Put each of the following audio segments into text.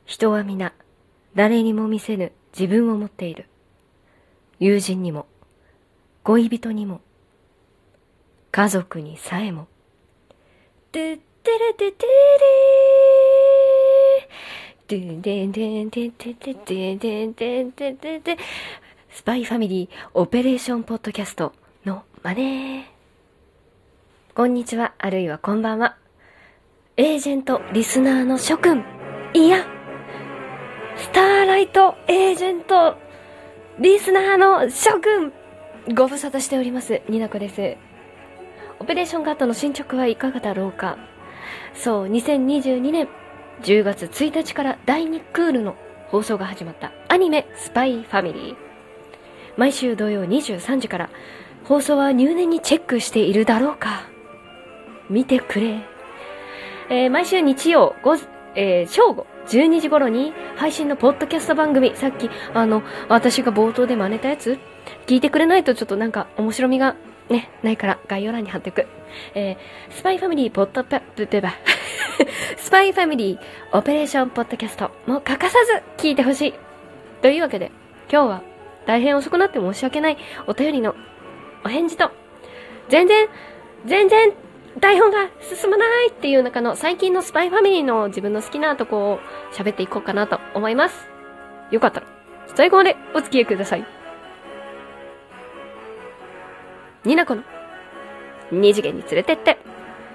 人は皆、誰にも見せぬ自分を持っている。友人にも、恋人にも、家族にさえも。てってれててれー。でんでんでんでんでんでんでんでんでんでんでん。スパイファミリーオペレーションポッドキャストのマネー。こんにちは、あるいはこんばんは。エージェントリスナーの諸君、いやスターライトエージェントリスナーの諸君、ご無沙汰しておりますニナコです。オペレーションガットの進捗はいかがだろうか。そう、2022年10月1日から第2クールの放送が始まったアニメスパイファミリー。毎週土曜23時から放送は入念にチェックしているだろうか。見てくれ。毎週日曜正午12時頃に配信のポッドキャスト番組、さっき私が冒頭で真似たやつ聞いてくれないとちょっとなんか面白みがねないから概要欄に貼っておく。スパイファミリーポッドスパイファミリーオペレーションポッドキャストも欠かさず聞いてほしいというわけで、今日は大変遅くなって申し訳ないお便りのお返事と、全然台本が進まないっていう中の最近のスパイファミリーの自分の好きなとこを喋っていこうかなと思います。よかったら最後までお付き合いください。ニナコの二次元に連れてって。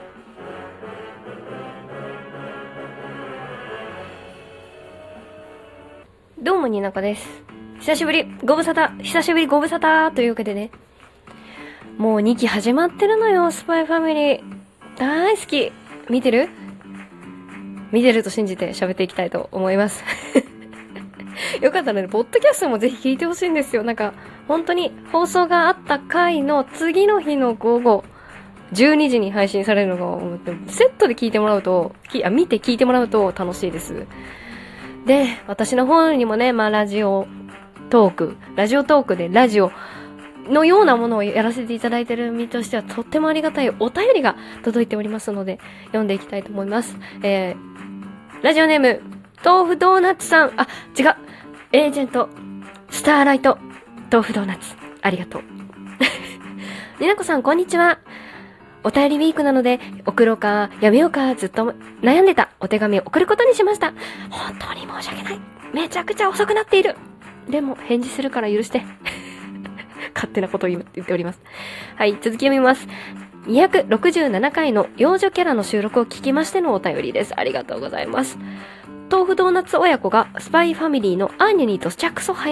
どうもニナコです。久しぶりご無沙汰というわけでね、もう2期始まってるのよ。スパイファミリー大好き。見てると信じて喋っていきたいと思いますよかったらね、ポッドキャストもぜひ聞いてほしいんですよ。なんか本当に放送があった回の次の日の午後12時に配信されるのがセットで聞いてもらうと見て聞いてもらうと楽しいです。で、私の方にもね、ラジオトークでラジオのようなものをやらせていただいている身としてはとってもありがたいお便りが届いておりますので読んでいきたいと思います。ラジオネーム豆腐ドーナツさん、違う、エージェントスターライト豆腐ドーナツ、ありがとうになこさん、こんにちは。お便りウィークなので送ろうかやめようかずっと悩んでたお手紙を送ることにしました。本当に申し訳ない、めちゃくちゃ遅くなっている。でも返事するから許して勝手なことを言っております。はい、続き読みます。267回の幼女キャラの収録を聞きましてのお便りです。ありがとうございます。豆腐ドーナツ親子がスパイファミリーのアーニャにどちゃくそ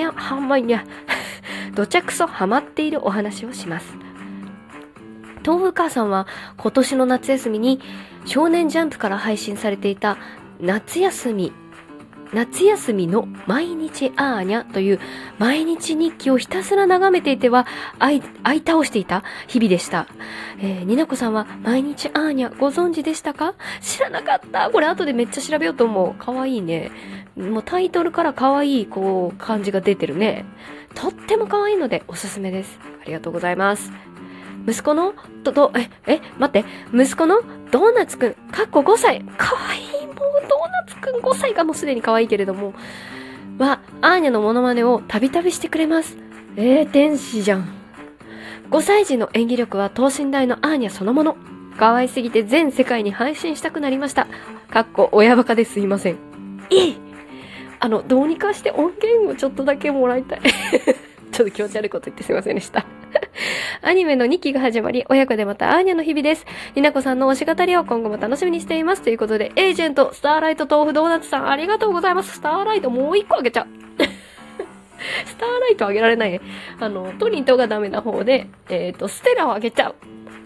ハマっているお話をします。豆腐母さんは今年の夏休みに少年ジャンプから配信されていた夏休みの毎日アーニャという毎日日記をひたすら眺めていては会い倒していた日々でした。になこさんは毎日アーニャご存知でしたか？知らなかった。これ後でめっちゃ調べようと思う。かわいいね。もうタイトルからかわいい感じが出てるね。とってもかわいいのでおすすめです。ありがとうございます。息子の息子のドーナツくん5歳、かわいい。もうドーナツくん5歳がもうすでに可愛いけれどもはアーニャのモノマネをたびたびしてくれます。天使じゃん。5歳児の演技力は等身大のアーニャそのもの。可愛すぎて全世界に配信したくなりました。親バカですいません。どうにかして音源をちょっとだけもらいたいちょっと気持ち悪いこと言ってすいませんでしたアニメの2期が始まり、親子でまたアーニャの日々です。になこさんの推し語りを今後も楽しみにしています。ということで、エージェントスターライト豆腐ドーナツさん、ありがとうございます。スターライトもう1個あげちゃうスターライトあげられないね。トニトがダメな方で、ステラをあげちゃう。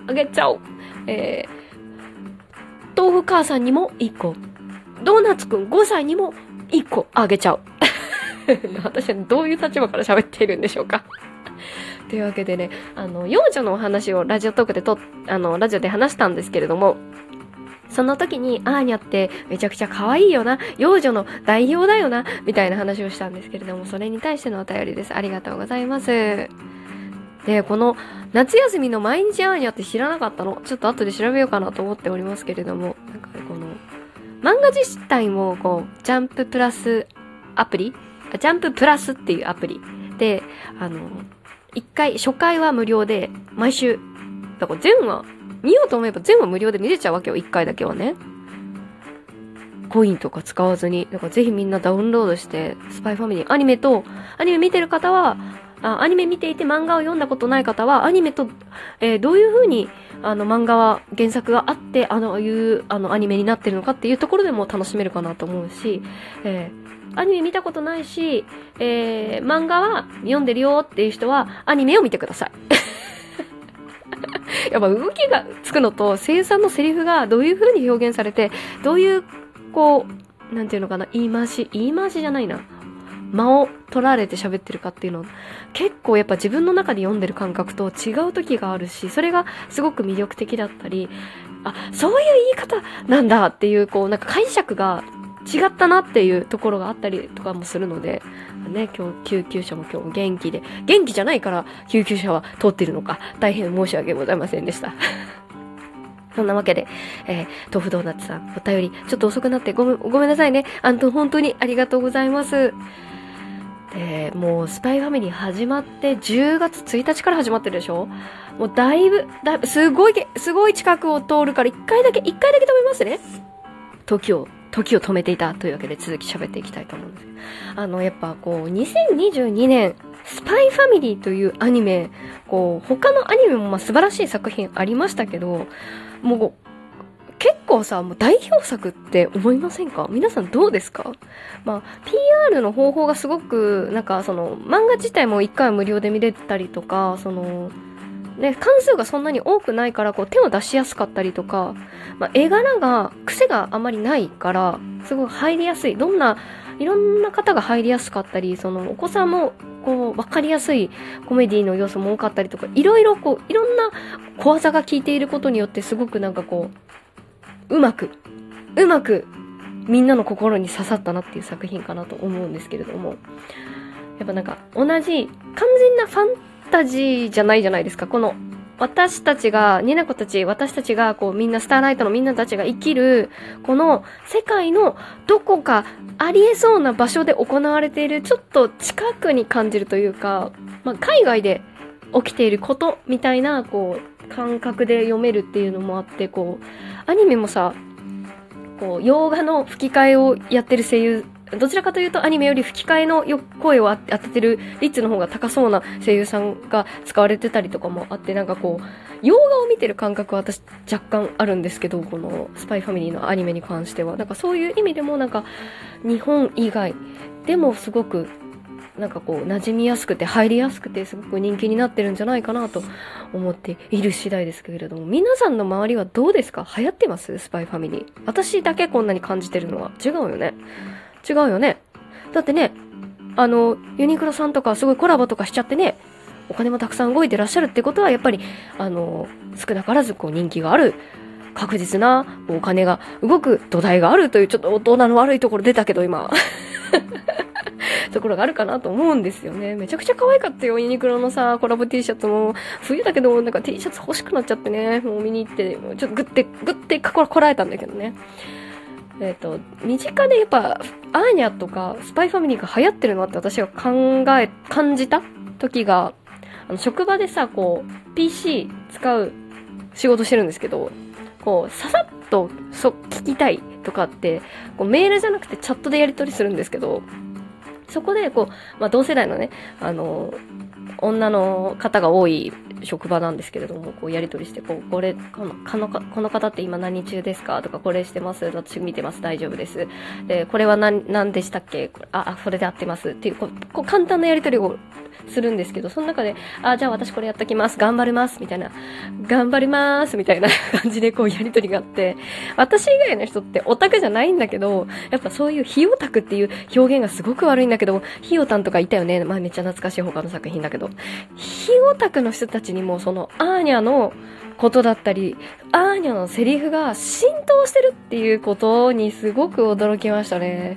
豆腐母さんにも1個、ドーナツくん5歳にも1個あげちゃう私はどういう立場から喋っているんでしょうかというわけでね、幼女のお話をラジオトークでラジオで話したんですけれども、その時にアーニャってめちゃくちゃ可愛いよな、幼女の代表だよなみたいな話をしたんですけれども、それに対してのお便りです。ありがとうございます。で、この夏休みの毎日アーニャって知らなかったの？ちょっと後で調べようかなと思っておりますけれども、なんかこの漫画自体もこうジャンププラスアプリ、ジャンププラスっていうアプリで初回は無料で毎週だから全話見ようと思えば全話無料で見れちゃうわけよ。1回だけはね、コインとか使わずに。だからぜひみんなダウンロードしてスパイファミリー、アニメ見てる方はアニメ見ていて漫画を読んだことない方はアニメと、どういう風に漫画は原作があってアニメになってるのかっていうところでも楽しめるかなと思うし、アニメ見たことないし、漫画は読んでるよっていう人はアニメを見てください。やっぱ動きがつくのと声優さんのセリフがどういう風に表現されて、どういうこうなんていうのかな、言い回しじゃないな、間を取られて喋ってるかっていうの結構やっぱ自分の中で読んでる感覚と違う時があるし、それがすごく魅力的だったり、そういう言い方なんだっていうこうなんか解釈が違ったなっていうところがあったりとかもするのでね、今日救急車も今日元気じゃないから救急車は通っているのか大変申し訳ございませんでした。そんなわけで、豆腐ドーナツさんお便りちょっと遅くなってごめんなさいね。本当にありがとうございます。でもうスパイファミリー始まって10月1日から始まってるでしょ。もうだいぶすごい近くを通るから一回だけ止めますね。時を止めていたというわけで続き喋っていきたいと思うんですけど、やっぱこう2022年スパイファミリーというアニメ、こう他のアニメも素晴らしい作品ありましたけど、もう結構さ、もう代表作って思いませんか？皆さんどうですか？PR の方法がすごくなんか漫画自体も1回無料で見れたりとか、関数がそんなに多くないからこう手を出しやすかったりとか、絵柄が癖があまりないからすごい入りやすい、いろんな方が入りやすかったり、お子さんもこう分かりやすいコメディの要素も多かったりとか、いろんな小技が効いていることによってすごくなんかこううまくみんなの心に刺さったなっていう作品かなと思うんですけれども、やっぱなんか同じ完全なファンタジーじゃないじゃないですか。この私たちがこうみんなスターライトのみんなたちが生きるこの世界のどこかありえそうな場所で行われている、ちょっと近くに感じるというか、海外で起きていることみたいなこう感覚で読めるっていうのもあって、こうアニメもさ、こう洋画の吹き替えをやってる声優、どちらかというとアニメより吹き替えの声を当ててる率の方が高そうな声優さんが使われてたりとかもあって、なんかこう洋画を見てる感覚は私若干あるんですけど、このスパイファミリーのアニメに関してはなんかそういう意味でもなんか日本以外でもすごくなんかこう馴染みやすくて入りやすくてすごく人気になってるんじゃないかなと思っている次第ですけれども、皆さんの周りはどうですか？流行ってます？スパイファミリー。私だけこんなに感じてるのは違うよね。だってね、ユニクロさんとかすごいコラボとかしちゃってね、お金もたくさん動いてらっしゃるってことはやっぱり少なからずこう人気がある、確実なお金が動く土台があるという、ちょっと大人の悪いところ出たけど今ところがあるかなと思うんですよね。めちゃくちゃ可愛かったよ、ユニクロのさコラボ T シャツも。冬だけどなんか T シャツ欲しくなっちゃってね、もう見に行ってちょっとグッてこらえたんだけどね。身近でやっぱアーニャとかスパイファミリーが流行ってるなって私が感じた時が、職場でさこう PC 使う仕事してるんですけど、こうささっと聞きたいとかってこうメールじゃなくてチャットでやり取りするんですけど、そこでこう、同世代のね女の方が多い職場なんですけれども、こうやり取りしてこの方って今何中ですかとか、これしてます、私見てます、大丈夫です、でこれは何でしたっけ、それで合ってますっていうこう簡単なやり取りをするんですけど、その中でじゃあ私これやっときます、頑張りますみたいな感じでこうやり取りがあって、私以外の人ってオタクじゃないんだけど、やっぱそういう非オタクっていう表現がすごく悪いんだけど、非オタンとかいたよね。めっちゃ懐かしい他の作品だけど、非オタクの人たちにもそのアーニャのことだったりアーニャのセリフが浸透してるっていうことにすごく驚きましたね。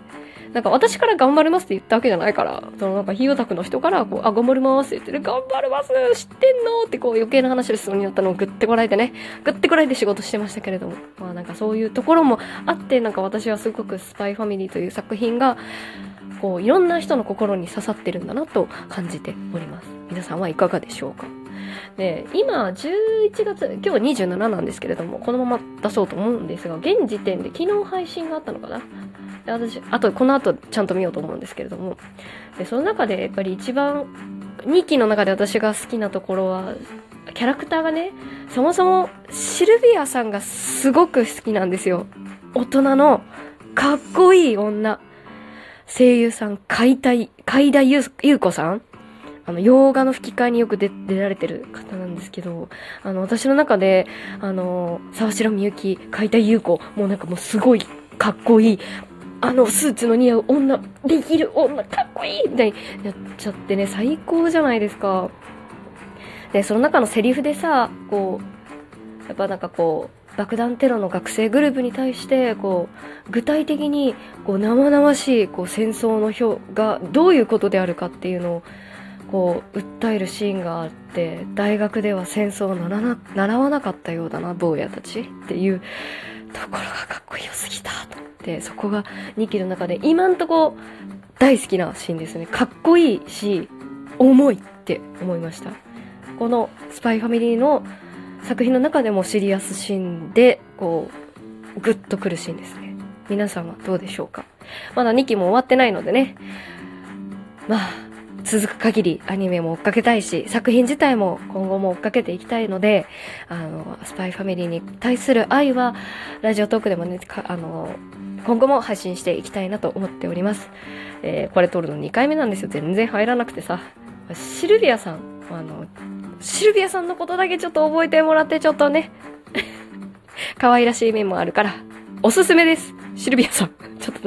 なんか私から頑張りますって言ったわけじゃないから、なんかひオタクの人から頑張りますって言って、頑張ります知ってんのって余計な話でそうになったのをグッてこらえて仕事してましたけれども、なんかそういうところもあって、なんか私はすごくスパイファミリーという作品がいろんな人の心に刺さってるんだなと感じております。皆さんはいかがでしょうか。で、今11月、今日は27なんですけれども、このまま出そうと思うんですが、現時点で昨日配信があったのかな。で、私この後ちゃんと見ようと思うんですけれども、でその中でやっぱり一番2期の中で私が好きなところはキャラクターがね、そもそもシルビアさんがすごく好きなんですよ。大人のかっこいい女、声優さん海田優子さん、洋画の吹き替えによく出られてる方なんですけど、私の中で沢城みゆき、海田優子、もうなんかもうすごいかっこいい、スーツの似合う女、できる女、かっこいいみたいにやっちゃってね、最高じゃないですか。で、その中のセリフでさ、やっぱなんか爆弾テロの学生グループに対して具体的に生々しい戦争の表がどういうことであるかっていうのを訴えるシーンがあって、大学では戦争を習わなかったようだな坊やたちっていうところがかっこよすぎたと思って、そこが2期の中で今んとこ大好きなシーンですね。かっこいいし重いって思いました。このスパイファミリーの作品の中でもシリアスシーンでグッとくるシーンですね。皆さんはどうでしょうか。まだ2期も終わってないのでね、続く限りアニメも追っかけたいし、作品自体も今後も追っかけていきたいので、スパイファミリーに対する愛はラジオトークでもね、今後も配信していきたいなと思っております。これ撮るの2回目なんですよ。全然入らなくてさ。シルビアさんのことだけちょっと覚えてもらって、ちょっとね可愛らしい面もあるからおすすめです。シルビアさんちょっと